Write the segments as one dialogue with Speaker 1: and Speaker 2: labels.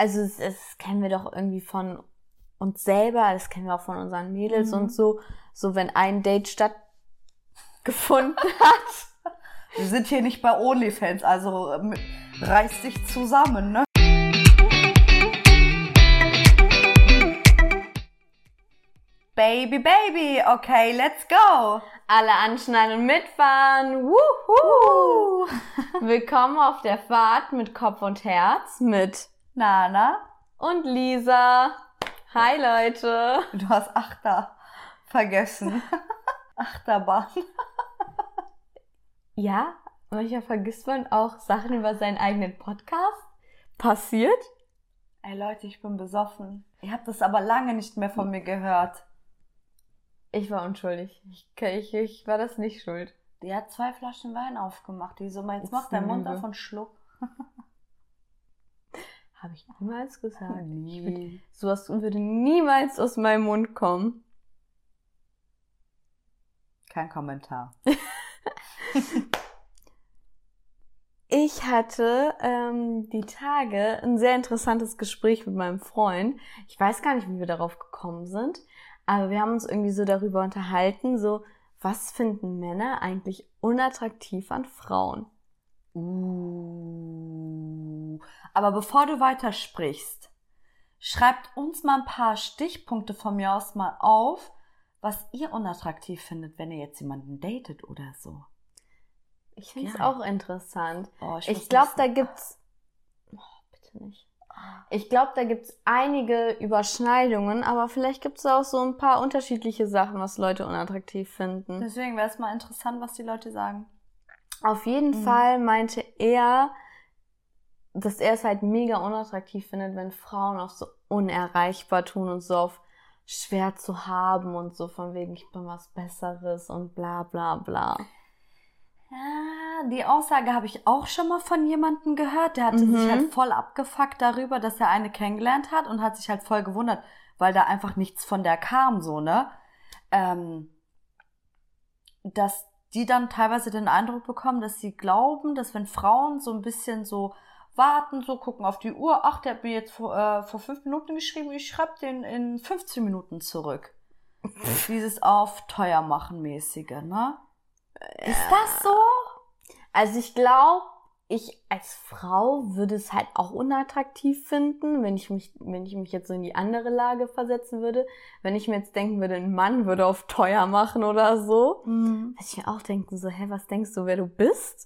Speaker 1: also das kennen wir doch irgendwie von uns selber, das kennen wir auch von unseren Mädels und so. So, wenn ein Date stattgefunden hat.
Speaker 2: Wir sind hier nicht bei OnlyFans, also reiß dich zusammen, ne? Baby, okay, let's go!
Speaker 1: Alle anschnallen und mitfahren. Wuhu! Willkommen auf der Fahrt mit Kopf und Herz mit
Speaker 2: Nana
Speaker 1: und Lisa. Hi Leute.
Speaker 2: Du hast Achter vergessen. Achterbahn.
Speaker 1: Ja, manchmal vergisst man auch Sachen über seinen eigenen Podcast. Passiert?
Speaker 2: Ey Leute, ich bin besoffen. Ihr habt das aber lange nicht mehr von mir gehört.
Speaker 1: Ich war unschuldig. Ich war das nicht schuld.
Speaker 2: Die hat 2 Flaschen Wein aufgemacht. Die so, jetzt
Speaker 1: Ist
Speaker 2: macht dein Mund
Speaker 1: Lüge.
Speaker 2: auf und schluck.
Speaker 1: Habe ich niemals gesagt.
Speaker 2: Nee.
Speaker 1: Sowas würde niemals aus meinem Mund kommen.
Speaker 2: Kein Kommentar.
Speaker 1: Ich hatte die Tage ein sehr interessantes Gespräch mit meinem Freund. Ich weiß gar nicht, wie wir darauf gekommen sind, aber wir haben uns irgendwie so darüber unterhalten, so, was finden Männer eigentlich unattraktiv an Frauen?
Speaker 2: Aber bevor du weitersprichst, schreibt uns mal ein paar Stichpunkte von mir aus mal auf, was ihr unattraktiv findet, wenn ihr jetzt jemanden datet oder so.
Speaker 1: Ich finde es
Speaker 2: Ja.
Speaker 1: auch interessant.
Speaker 2: Oh,
Speaker 1: Ich glaube, da gibt's... Oh, bitte nicht. Ich glaube, da gibt's einige Überschneidungen, aber vielleicht gibt's auch so ein paar unterschiedliche Sachen, was Leute unattraktiv finden.
Speaker 2: Deswegen wäre es mal interessant, was die Leute sagen.
Speaker 1: Auf jeden Fall meinte er, dass er es halt mega unattraktiv findet, wenn Frauen auch so unerreichbar tun und so auf schwer zu haben und so von wegen, ich bin was Besseres und bla bla bla.
Speaker 2: Ja, die Aussage habe ich auch schon mal von jemandem gehört. Der hatte sich halt voll abgefuckt darüber, dass er eine kennengelernt hat und hat sich halt voll gewundert, weil da einfach nichts von der kam, so, ne? Dass die dann teilweise den Eindruck bekommen, dass sie glauben, dass wenn Frauen so ein bisschen so warten, so gucken auf die Uhr, ach, der hat mir jetzt vor 5 Minuten geschrieben, ich schreibe den in 15 Minuten zurück. Dieses auf teuer machen mäßige, ne? Ist das so?
Speaker 1: Also ich glaube, ich als Frau würde es halt auch unattraktiv finden, wenn ich mich jetzt so in die andere Lage versetzen würde. Wenn ich mir jetzt denken würde, ein Mann würde auf teuer machen oder so. Würde ich mir auch denken, so, was denkst du, wer du bist?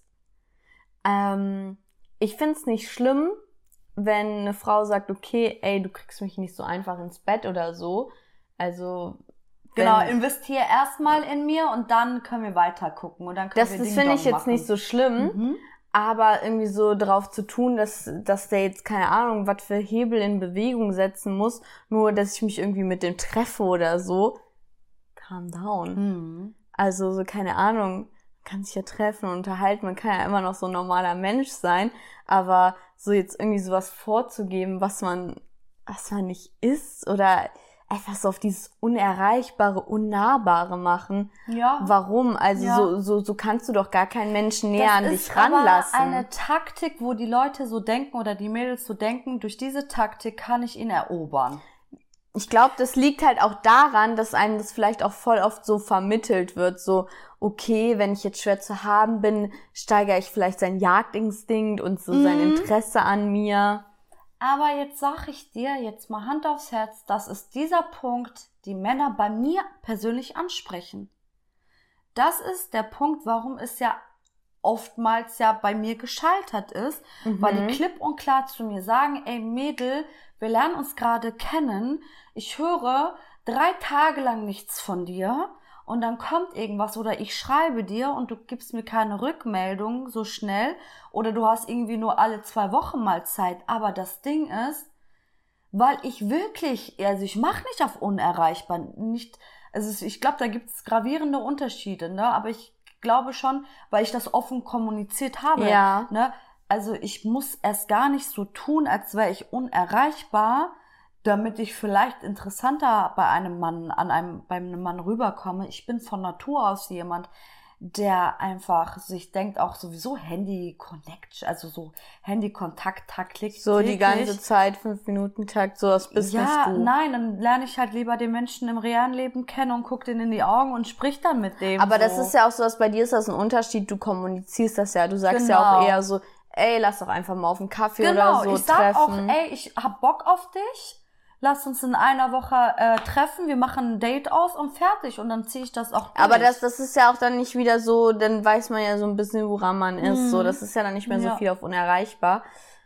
Speaker 1: Ich find's nicht schlimm, wenn eine Frau sagt, okay, ey, du kriegst mich nicht so einfach ins Bett oder so. Also
Speaker 2: Genau, investiere erstmal in mir und dann können wir weiter gucken und dann können wir
Speaker 1: das
Speaker 2: Ding
Speaker 1: finde ich
Speaker 2: Dong
Speaker 1: jetzt
Speaker 2: machen.
Speaker 1: nicht so schlimm, aber irgendwie so drauf zu tun, dass der jetzt, keine Ahnung, was für Hebel in Bewegung setzen muss, nur dass ich mich irgendwie mit dem treffe oder so, calm down. Also so, keine Ahnung, man kann sich ja treffen und unterhalten, man kann ja immer noch so ein normaler Mensch sein, aber so jetzt irgendwie sowas vorzugeben, was man nicht ist oder einfach so auf dieses Unerreichbare, Unnahbare machen.
Speaker 2: Ja.
Speaker 1: Warum? Also
Speaker 2: Ja.
Speaker 1: so kannst du doch gar keinen Menschen näher an dich
Speaker 2: Das
Speaker 1: ranlassen.
Speaker 2: ist aber eine Taktik, wo die Leute so denken oder die Mädels so denken, durch diese Taktik kann ich ihn erobern.
Speaker 1: Ich glaube, das liegt halt auch daran, dass einem das vielleicht auch voll oft so vermittelt wird. So, okay, wenn ich jetzt schwer zu haben bin, steigere ich vielleicht seinen Jagdinstinkt und so sein Interesse an mir.
Speaker 2: Aber jetzt sag ich dir, jetzt mal Hand aufs Herz, das ist dieser Punkt, die Männer bei mir persönlich ansprechen. Das ist der Punkt, warum es ja oftmals ja bei mir gescheitert ist, weil die klipp und klar zu mir sagen, ey Mädel, wir lernen uns gerade kennen, ich höre 3 Tage lang nichts von dir und dann kommt irgendwas oder ich schreibe dir und du gibst mir keine Rückmeldung so schnell oder du hast irgendwie nur alle 2 Wochen mal Zeit. Aber das Ding ist, weil ich wirklich, also ich mache nicht auf unerreichbar, nicht, also ich glaube, da gibt es gravierende Unterschiede, ne? Aber ich glaube schon, weil ich das offen kommuniziert habe,
Speaker 1: Ja.
Speaker 2: ne? Also ich muss erst gar nicht so tun, als wäre ich unerreichbar, damit ich vielleicht interessanter bei einem Mann rüberkomme. Ich bin von Natur aus jemand, der einfach sich denkt, auch sowieso Handy-Connection, also so Handy-Kontakt, klick,
Speaker 1: so die ganze Zeit, 5-Minuten-Takt, sowas bist nicht du.
Speaker 2: Ja, nein, dann lerne ich halt lieber den Menschen im realen Leben kennen und guck den in die Augen und sprich dann mit dem.
Speaker 1: Aber
Speaker 2: so.
Speaker 1: das ist ja auch sowas, bei dir ist das ein Unterschied, du kommunizierst das ja, du sagst ja auch eher so, ey, lass doch einfach mal auf einen Kaffee oder so
Speaker 2: ich sag
Speaker 1: treffen.
Speaker 2: auch, ey, ich hab Bock auf dich, lass uns in einer Woche treffen, wir machen ein Date aus und fertig und dann ziehe ich das auch durch.
Speaker 1: Aber das ist ja auch dann nicht wieder so, dann weiß man ja so ein bisschen, woran man ist, so, das ist ja dann nicht mehr so viel auf unerreichbar.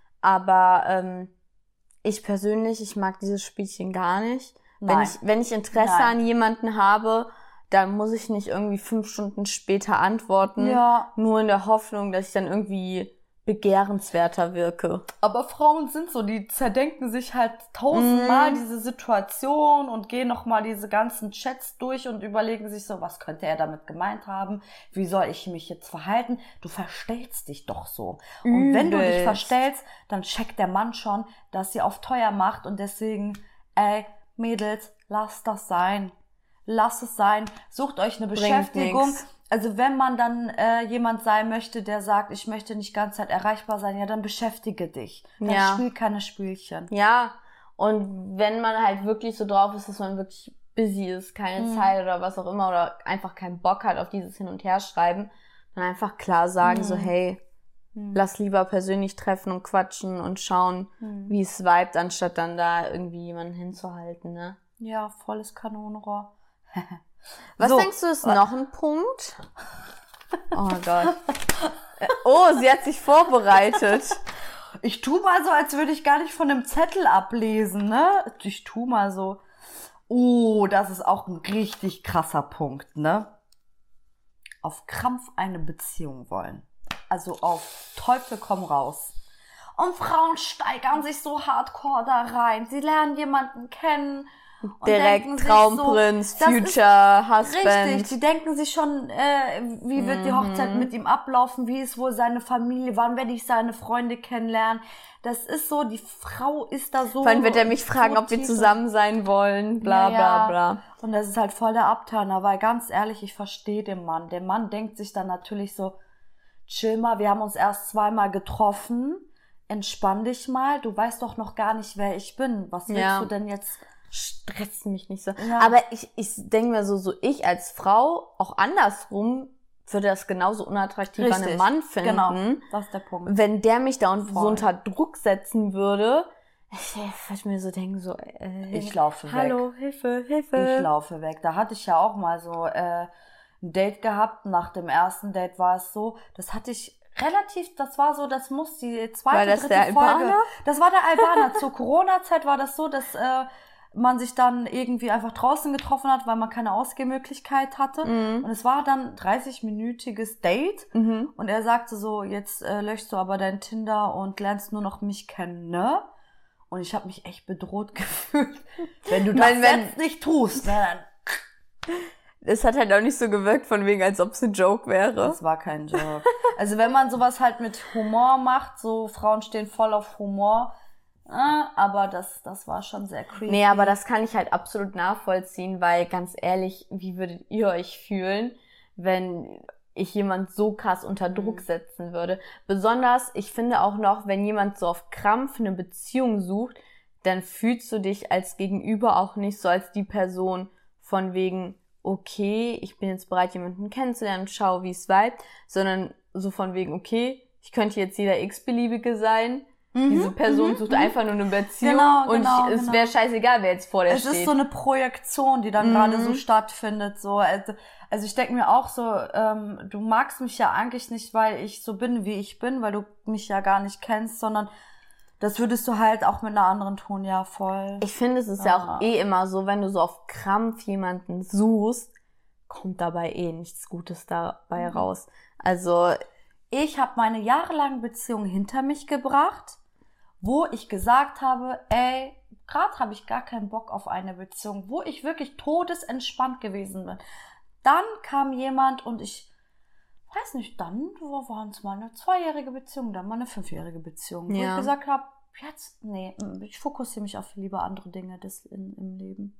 Speaker 1: Aber ich persönlich, ich mag dieses Spielchen gar nicht. Wenn ich Interesse an jemanden habe, dann muss ich nicht irgendwie 5 Stunden später antworten, nur in der Hoffnung, dass ich dann irgendwie begehrenswerter wirke.
Speaker 2: Aber Frauen sind so, die zerdenken sich halt 1000-mal diese Situation und gehen nochmal diese ganzen Chats durch und überlegen sich so, was könnte er damit gemeint haben? Wie soll ich mich jetzt verhalten? Du verstellst dich doch so. Und wenn du dich verstellst, dann checkt der Mann schon, dass sie auf teuer macht und deswegen, ey, Mädels, lasst das sein. Lasst es sein. Sucht euch eine Beschäftigung. Also wenn man dann jemand sein möchte, der sagt, ich möchte nicht die ganze Zeit erreichbar sein, ja, dann beschäftige dich. Dann spiel keine Spielchen.
Speaker 1: Ja, und wenn man halt wirklich so drauf ist, dass man wirklich busy ist, keine Zeit oder was auch immer, oder einfach keinen Bock hat auf dieses Hin- und Herschreiben, dann einfach klar sagen, so hey, lass lieber persönlich treffen und quatschen und schauen, wie es vibet, anstatt dann da irgendwie jemanden hinzuhalten, ne?
Speaker 2: Ja, volles Kanonenrohr.
Speaker 1: Was denkst du, ist noch ein Punkt? Oh Gott. Oh, sie hat sich vorbereitet.
Speaker 2: Ich tu mal so, als würde ich gar nicht von dem Zettel ablesen, ne? Ich tu mal so. Oh, das ist auch ein richtig krasser Punkt, ne? Auf Krampf eine Beziehung wollen. Also auf Teufel komm raus. Und Frauen steigern sich so hardcore da rein. Sie lernen jemanden kennen.
Speaker 1: Direkt Traumprinz, so, Future, Husband.
Speaker 2: Richtig, die denken sich schon, wie wird die Hochzeit mit ihm ablaufen, wie ist wohl seine Familie, wann werde ich seine Freunde kennenlernen. Das ist so, die Frau ist da so...
Speaker 1: Wann wird er mich fragen, ob wir zusammen sein wollen, bla bla bla.
Speaker 2: Und das ist halt voll der Abturner, weil ganz ehrlich, ich verstehe den Mann. Der Mann denkt sich dann natürlich so, chill mal, wir haben uns erst 2-mal getroffen, entspann dich mal, du weißt doch noch gar nicht, wer ich bin. Was willst du denn jetzt...
Speaker 1: Stresst mich nicht so. Ja. Aber ich denke mir so ich als Frau, auch andersrum, würde das genauso unattraktiv an einem Mann finden.
Speaker 2: Genau, das ist der Punkt.
Speaker 1: Wenn der mich da so unter Druck setzen würde, ich würde mir so denken, so,
Speaker 2: ich laufe weg.
Speaker 1: Hallo, Hilfe.
Speaker 2: Ich laufe weg. Da hatte ich ja auch mal so ein Date gehabt. Nach dem ersten Date war es so, das hatte ich relativ, das war so, das muss die zweite, dritte Folge. Das war der Albaner. Zur Corona-Zeit war das so, dass man sich dann irgendwie einfach draußen getroffen hat, weil man keine Ausgehmöglichkeit hatte. Und es war dann 30-minütiges Date. Und er sagte so, jetzt löschst du aber dein Tinder und lernst nur noch mich kennen, ne? Und ich habe mich echt bedroht gefühlt. Wenn du das jetzt nicht tust, ne, dann...
Speaker 1: Es hat halt auch nicht so gewirkt, von wegen, als ob es ein Joke wäre.
Speaker 2: Das war kein Joke. Also wenn man sowas halt mit Humor macht, so Frauen stehen voll auf Humor, aber das war schon sehr creepy.
Speaker 1: Nee, aber das kann ich halt absolut nachvollziehen, weil ganz ehrlich, wie würdet ihr euch fühlen, wenn ich jemand so krass unter Druck setzen würde? Besonders, ich finde auch noch, wenn jemand so auf Krampf eine Beziehung sucht, dann fühlst du dich als Gegenüber auch nicht so als die Person von wegen, okay, ich bin jetzt bereit, jemanden kennenzulernen, schau, wie es vibet, sondern so von wegen, okay, ich könnte jetzt jeder x-beliebige sein, diese Person sucht einfach nur eine Beziehung und es wäre scheißegal, wer jetzt vor der steht.
Speaker 2: Es ist so eine Projektion, die dann gerade so stattfindet. So. Also ich denke mir auch so, du magst mich ja eigentlich nicht, weil ich so bin, wie ich bin, weil du mich ja gar nicht kennst, sondern das würdest du halt auch mit einer anderen tun, ja, voll.
Speaker 1: Ich finde, es ist ja auch immer so, wenn du so auf Krampf jemanden suchst, kommt dabei nichts Gutes dabei raus. Also
Speaker 2: ich habe meine jahrelange Beziehung hinter mich gebracht, wo ich gesagt habe, ey, gerade habe ich gar keinen Bock auf eine Beziehung, wo ich wirklich todesentspannt gewesen bin. Dann kam jemand und ich weiß nicht, dann waren es mal eine 2-jährige Beziehung, dann mal eine 5-jährige Beziehung, wo ich gesagt habe, jetzt, nee, ich fokussiere mich auf lieber andere Dinge im Leben.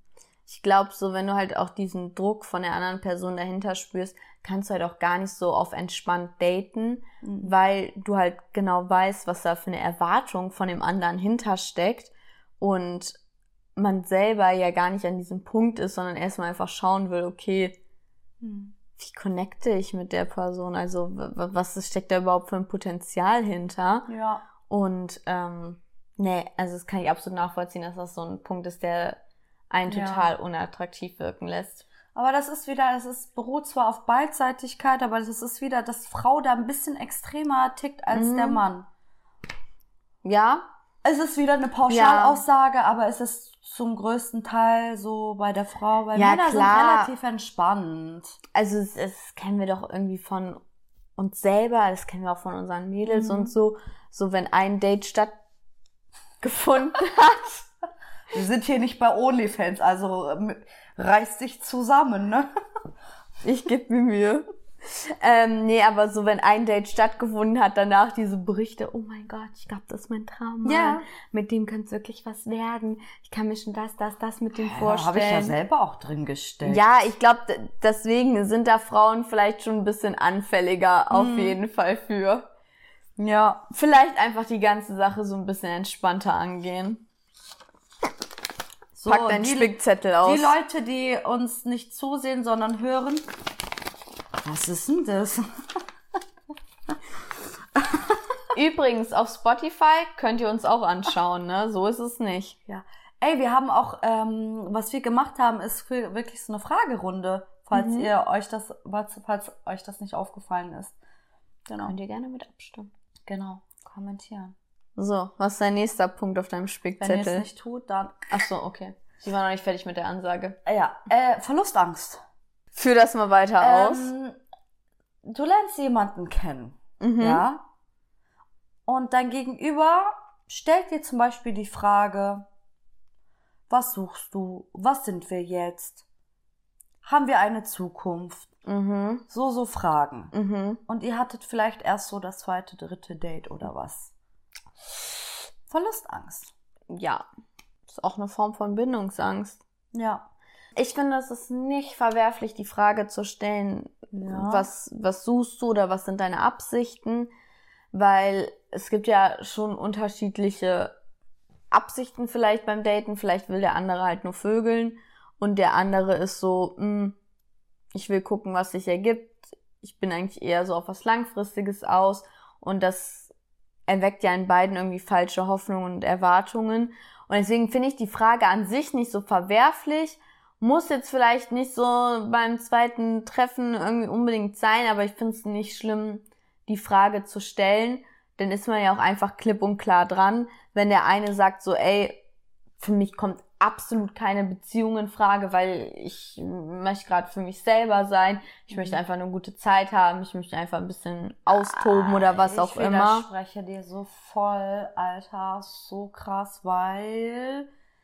Speaker 1: ich glaube so, wenn du halt auch diesen Druck von der anderen Person dahinter spürst, kannst du halt auch gar nicht so auf entspannt daten, weil du halt genau weißt, was da für eine Erwartung von dem anderen hintersteckt und man selber ja gar nicht an diesem Punkt ist, sondern erstmal einfach schauen will, okay, wie connecte ich mit der Person? Also was steckt da überhaupt für ein Potenzial hinter?
Speaker 2: Ja.
Speaker 1: Und nee, also das kann ich absolut nachvollziehen, dass das so ein Punkt ist, der einen total unattraktiv wirken lässt.
Speaker 2: Aber das ist wieder, beruht zwar auf Beidseitigkeit, aber das ist wieder, dass Frau da ein bisschen extremer tickt als der Mann.
Speaker 1: Ja.
Speaker 2: Es ist wieder eine Pauschalaussage, aber es ist zum größten Teil so bei der Frau, weil Männer sind relativ entspannt.
Speaker 1: Also es kennen wir doch irgendwie von uns selber, das kennen wir auch von unseren Mädels und so. So, wenn ein Date stattgefunden hat.
Speaker 2: Wir sind hier nicht bei OnlyFans, also reiß dich zusammen, ne?
Speaker 1: Ich gebe mir Mühe. Nee, aber so, wenn ein Date stattgefunden hat, danach diese Berichte, oh mein Gott, ich glaube, das ist mein Traum.
Speaker 2: Ja.
Speaker 1: Mit dem könnte es wirklich was werden. Ich kann mir schon das mit dem vorstellen.
Speaker 2: Habe ich ja selber auch drin gesteckt.
Speaker 1: Ja, ich glaube, deswegen sind da Frauen vielleicht schon ein bisschen anfälliger auf jeden Fall für.
Speaker 2: Ja.
Speaker 1: Vielleicht einfach die ganze Sache so ein bisschen entspannter angehen.
Speaker 2: So,
Speaker 1: Pack deinen Spickzettel aus.
Speaker 2: Die Leute, die uns nicht zusehen, sondern hören. Was ist denn das?
Speaker 1: Übrigens, auf Spotify könnt ihr uns auch anschauen, ne? So ist es nicht.
Speaker 2: Ja. Ey, wir haben auch, was wir gemacht haben, ist wirklich so eine Fragerunde, falls euch das nicht aufgefallen ist.
Speaker 1: Genau. Könnt ihr gerne mit abstimmen.
Speaker 2: Genau. Kommentieren.
Speaker 1: So, was ist dein nächster Punkt auf deinem Spickzettel?
Speaker 2: Wenn ihr es nicht tut, dann...
Speaker 1: Ach so, okay. Ich war noch nicht fertig mit der Ansage.
Speaker 2: Ja, Verlustangst.
Speaker 1: Führ das mal weiter aus.
Speaker 2: Du lernst jemanden kennen, ja? Und dein Gegenüber stellt dir zum Beispiel die Frage, was suchst du? Was sind wir jetzt? Haben wir eine Zukunft? So Fragen. Und ihr hattet vielleicht erst so das 2., 3. Date oder was? Verlustangst.
Speaker 1: Ja, ist auch eine Form von Bindungsangst.
Speaker 2: Ja.
Speaker 1: Ich finde, es ist nicht verwerflich, die Frage zu stellen, was suchst du oder was sind deine Absichten, weil es gibt ja schon unterschiedliche Absichten vielleicht beim Daten. Vielleicht will der andere halt nur vögeln und der andere ist so, ich will gucken, was sich ergibt. Ich bin eigentlich eher so auf was Langfristiges aus und das erweckt ja in beiden irgendwie falsche Hoffnungen und Erwartungen. Und deswegen finde ich die Frage an sich nicht so verwerflich. Muss jetzt vielleicht nicht so beim 2. Treffen irgendwie unbedingt sein, aber ich finde es nicht schlimm, die Frage zu stellen. Dann ist man ja auch einfach klipp und klar dran. Wenn der eine sagt so, ey, für mich kommt absolut keine Beziehung in Frage, weil ich möchte gerade für mich selber sein. Ich möchte einfach eine gute Zeit haben. Ich möchte einfach ein bisschen austoben oder was auch immer.
Speaker 2: Ich widerspreche dir so voll, Alter, so krass, weil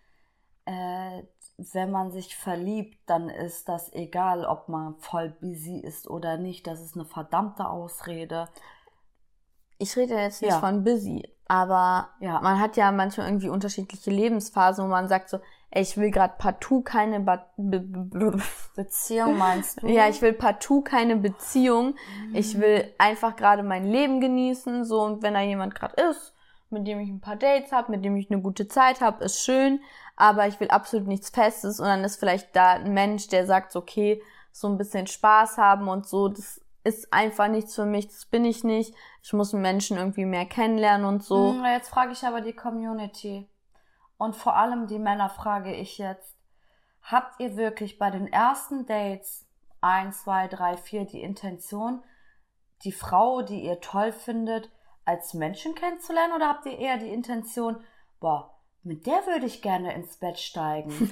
Speaker 2: wenn man sich verliebt, dann ist das egal, ob man voll busy ist oder nicht. Das ist eine verdammte Ausrede.
Speaker 1: Ich rede jetzt nicht von busy, aber man hat ja manchmal irgendwie unterschiedliche Lebensphasen, wo man sagt so, ey, ich will gerade partout keine
Speaker 2: Beziehung, meinst du?
Speaker 1: Ja, ich will partout keine Beziehung. Ich will einfach gerade mein Leben genießen, so, und wenn da jemand gerade ist, mit dem ich ein paar Dates habe, mit dem ich eine gute Zeit habe, ist schön, aber ich will absolut nichts Festes und dann ist vielleicht da ein Mensch, der sagt, okay, so ein bisschen Spaß haben und so, das ist einfach nichts für mich, das bin ich nicht. Ich muss einen Menschen irgendwie mehr kennenlernen und so.
Speaker 2: Jetzt frage ich aber die Community. Und vor allem die Männer frage ich jetzt. Habt ihr wirklich bei den ersten Dates 1, 2, 3, 4 die Intention, die Frau, die ihr toll findet, als Menschen kennenzulernen? Oder habt ihr eher die Intention, boah, mit der würde ich gerne ins Bett steigen?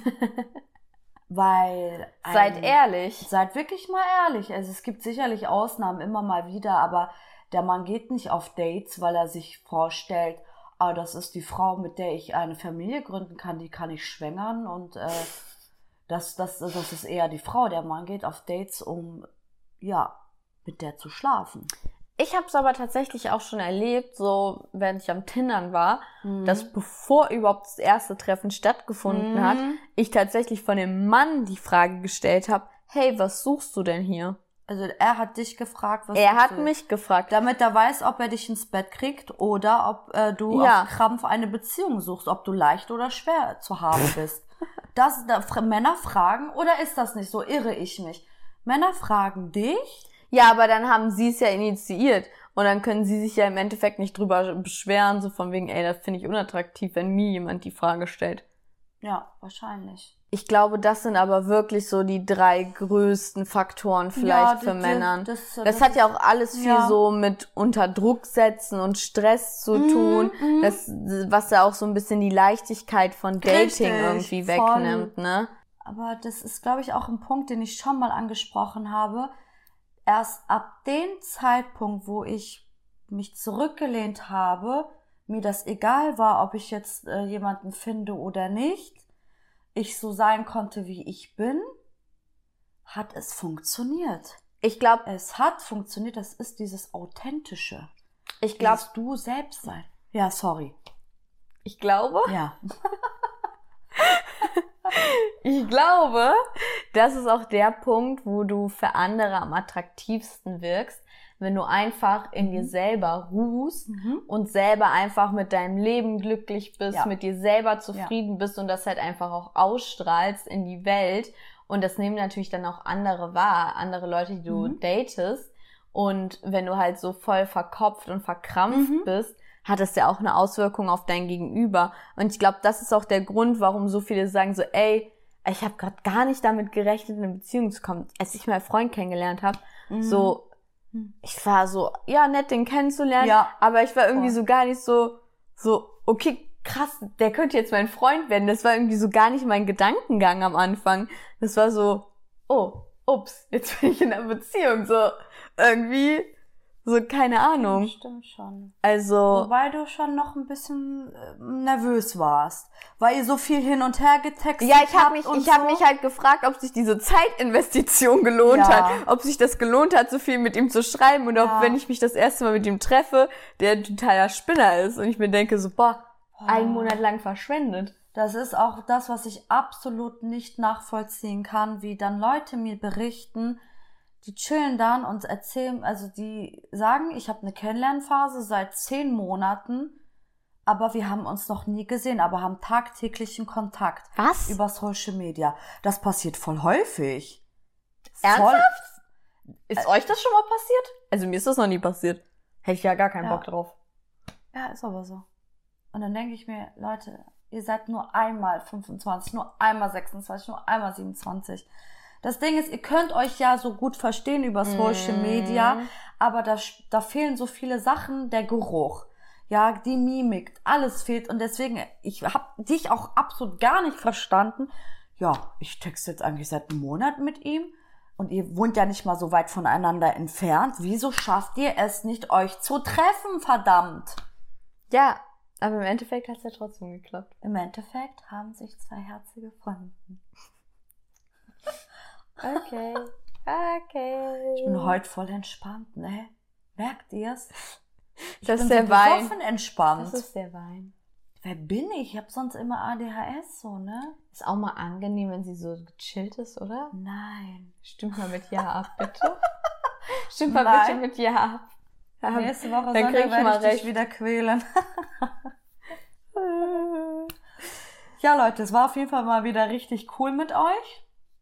Speaker 2: Weil
Speaker 1: seid ehrlich.
Speaker 2: Seid wirklich mal ehrlich. Also es gibt sicherlich Ausnahmen immer mal wieder, aber der Mann geht nicht auf Dates, weil er sich vorstellt, das ist die Frau, mit der ich eine Familie gründen kann, die kann ich schwängern und das ist eher die Frau. Der Mann geht auf Dates, um mit der zu schlafen.
Speaker 1: Ich habe es aber tatsächlich auch schon erlebt, so während ich am Tindern war, dass bevor überhaupt das erste Treffen stattgefunden hat, ich tatsächlich von dem Mann die Frage gestellt habe, hey, was suchst du denn hier?
Speaker 2: Also er hat dich gefragt, was
Speaker 1: Er
Speaker 2: suchst
Speaker 1: hat
Speaker 2: du?
Speaker 1: mich gefragt.
Speaker 2: Damit er weiß, ob er dich ins Bett kriegt oder ob du auf Krampf eine Beziehung suchst, ob du leicht oder schwer zu haben bist. Männer fragen, oder ist das nicht so? Irre ich mich? Männer fragen dich?
Speaker 1: Ja, aber dann haben sie es ja initiiert. Und dann können sie sich ja im Endeffekt nicht drüber beschweren, so von wegen, ey, das finde ich unattraktiv, wenn mir jemand die Frage stellt.
Speaker 2: Ja, wahrscheinlich.
Speaker 1: Ich glaube, das sind aber wirklich so die 3 größten Faktoren vielleicht für Männern. Das hat ja auch alles viel so mit unter Druck setzen und Stress zu tun, was ja auch so ein bisschen die Leichtigkeit von Dating irgendwie wegnimmt, ne?
Speaker 2: Aber das ist, glaube ich, auch ein Punkt, den ich schon mal angesprochen habe. Erst ab dem Zeitpunkt, wo ich mich zurückgelehnt habe, mir das egal war, ob ich jetzt jemanden finde oder nicht, ich so sein konnte, wie ich bin, hat es funktioniert.
Speaker 1: Ich glaube,
Speaker 2: es hat funktioniert. Das ist dieses Authentische.
Speaker 1: Ich glaube,
Speaker 2: du selbst sein. Ja, sorry.
Speaker 1: Ich glaube.
Speaker 2: Ja.
Speaker 1: Ich glaube, das ist auch der Punkt, wo du für andere am attraktivsten wirkst, wenn du einfach in dir selber ruhst und selber einfach mit deinem Leben glücklich bist, mit dir selber zufrieden bist und das halt einfach auch ausstrahlst in die Welt. Und das nehmen natürlich dann auch andere wahr, andere Leute, die du datest. Und wenn du halt so voll verkopft und verkrampft bist, hat es ja auch eine Auswirkung auf dein Gegenüber. Und ich glaube, das ist auch der Grund, warum so viele sagen so, ey, ich habe gerade gar nicht damit gerechnet, in eine Beziehung zu kommen. Als ich meinen Freund kennengelernt habe, so, ich war so, ja, nett, den kennenzulernen, aber ich war irgendwie so gar nicht so, okay, krass, der könnte jetzt mein Freund werden. Das war irgendwie so gar nicht mein Gedankengang am Anfang. Das war so, oh, ups, jetzt bin ich in einer Beziehung, so, irgendwie, so, keine Ahnung.
Speaker 2: Stimmt schon.
Speaker 1: Also.
Speaker 2: Wobei du schon noch ein bisschen nervös warst. Weil ihr so viel hin und her getextet
Speaker 1: habt. Ja, ich hab mich halt gefragt, ob sich diese Zeitinvestition gelohnt hat. Ob sich das gelohnt hat, so viel mit ihm zu schreiben. Und ob, wenn ich mich das erste Mal mit ihm treffe, der ein totaler Spinner ist. Und ich mir denke so, einen Monat lang verschwendet.
Speaker 2: Das ist auch das, was ich absolut nicht nachvollziehen kann, wie dann Leute mir berichten, die chillen dann und erzählen, also die sagen, ich habe eine Kennenlernphase seit 10 Monaten, aber wir haben uns noch nie gesehen, aber haben tagtäglichen Kontakt.
Speaker 1: Was?
Speaker 2: Über Social Media. Das passiert voll häufig.
Speaker 1: Ernsthaft? Ist euch das schon mal passiert? Also mir ist das noch nie passiert. Hätte ich ja gar keinen Bock drauf.
Speaker 2: Ja, ist aber so. Und dann denke ich mir, Leute, ihr seid nur einmal 25, nur einmal 26, nur einmal 27. Das Ding ist, ihr könnt euch ja so gut verstehen über Social Media, aber da fehlen so viele Sachen, der Geruch, ja, die Mimik, alles fehlt und deswegen, ich habe dich auch absolut gar nicht verstanden. Ja, ich texte jetzt eigentlich seit einem Monat mit ihm und ihr wohnt ja nicht mal so weit voneinander entfernt. Wieso schafft ihr es nicht, euch zu treffen, verdammt?
Speaker 1: Ja, aber im Endeffekt hat es ja trotzdem geklappt.
Speaker 2: Im Endeffekt haben sich 2 Herzen gefunden.
Speaker 1: Okay.
Speaker 2: Ich bin heute voll entspannt, ne? Merkt ihr's?
Speaker 1: Das ist der Wein.
Speaker 2: Ich bin entspannt.
Speaker 1: Das ist der Wein.
Speaker 2: Wer bin ich? Ich hab sonst immer ADHS, so, ne?
Speaker 1: Ist auch mal angenehm, wenn sie so gechillt ist, oder?
Speaker 2: Nein.
Speaker 1: Stimmt mal mit Ja ab, bitte. Stimmt mal bitte mit Ja ab.
Speaker 2: Nächste Woche Sonntag werde ich dich wieder quälen. Ja, Leute, es war auf jeden Fall mal wieder richtig cool mit euch.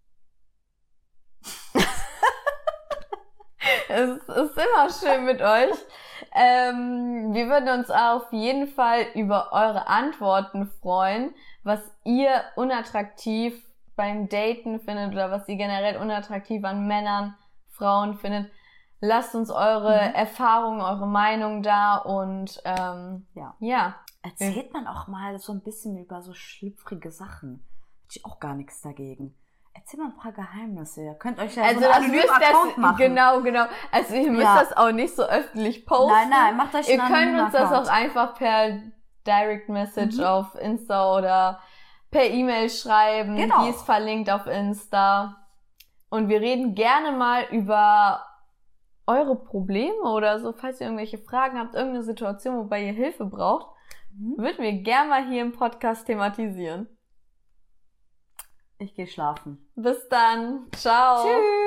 Speaker 1: Es ist immer schön mit euch. Wir würden uns auf jeden Fall über eure Antworten freuen, was ihr unattraktiv beim Daten findet oder was ihr generell unattraktiv an Männern, Frauen findet. Lasst uns eure Erfahrungen, eure Meinung da und ja.
Speaker 2: Erzählt man auch mal so ein bisschen über so schlüpfrige Sachen. Hätte ich auch gar nichts dagegen. Erzähl mal ein paar Geheimnisse. Ihr könnt euch ja
Speaker 1: also
Speaker 2: so einen anonymen Account machen.
Speaker 1: Genau. Also ihr müsst das auch nicht so öffentlich posten.
Speaker 2: Nein, macht euch einen anonymen Account.
Speaker 1: Ihr könnt uns das auch einfach per Direct Message auf Insta oder per E-Mail schreiben.
Speaker 2: Genau.
Speaker 1: Die ist verlinkt auf Insta. Und wir reden gerne mal über eure Probleme oder so, falls ihr irgendwelche Fragen habt, irgendeine Situation, wobei ihr Hilfe braucht, würden wir gerne mal hier im Podcast thematisieren.
Speaker 2: Ich gehe schlafen.
Speaker 1: Bis dann. Ciao.
Speaker 2: Tschüss.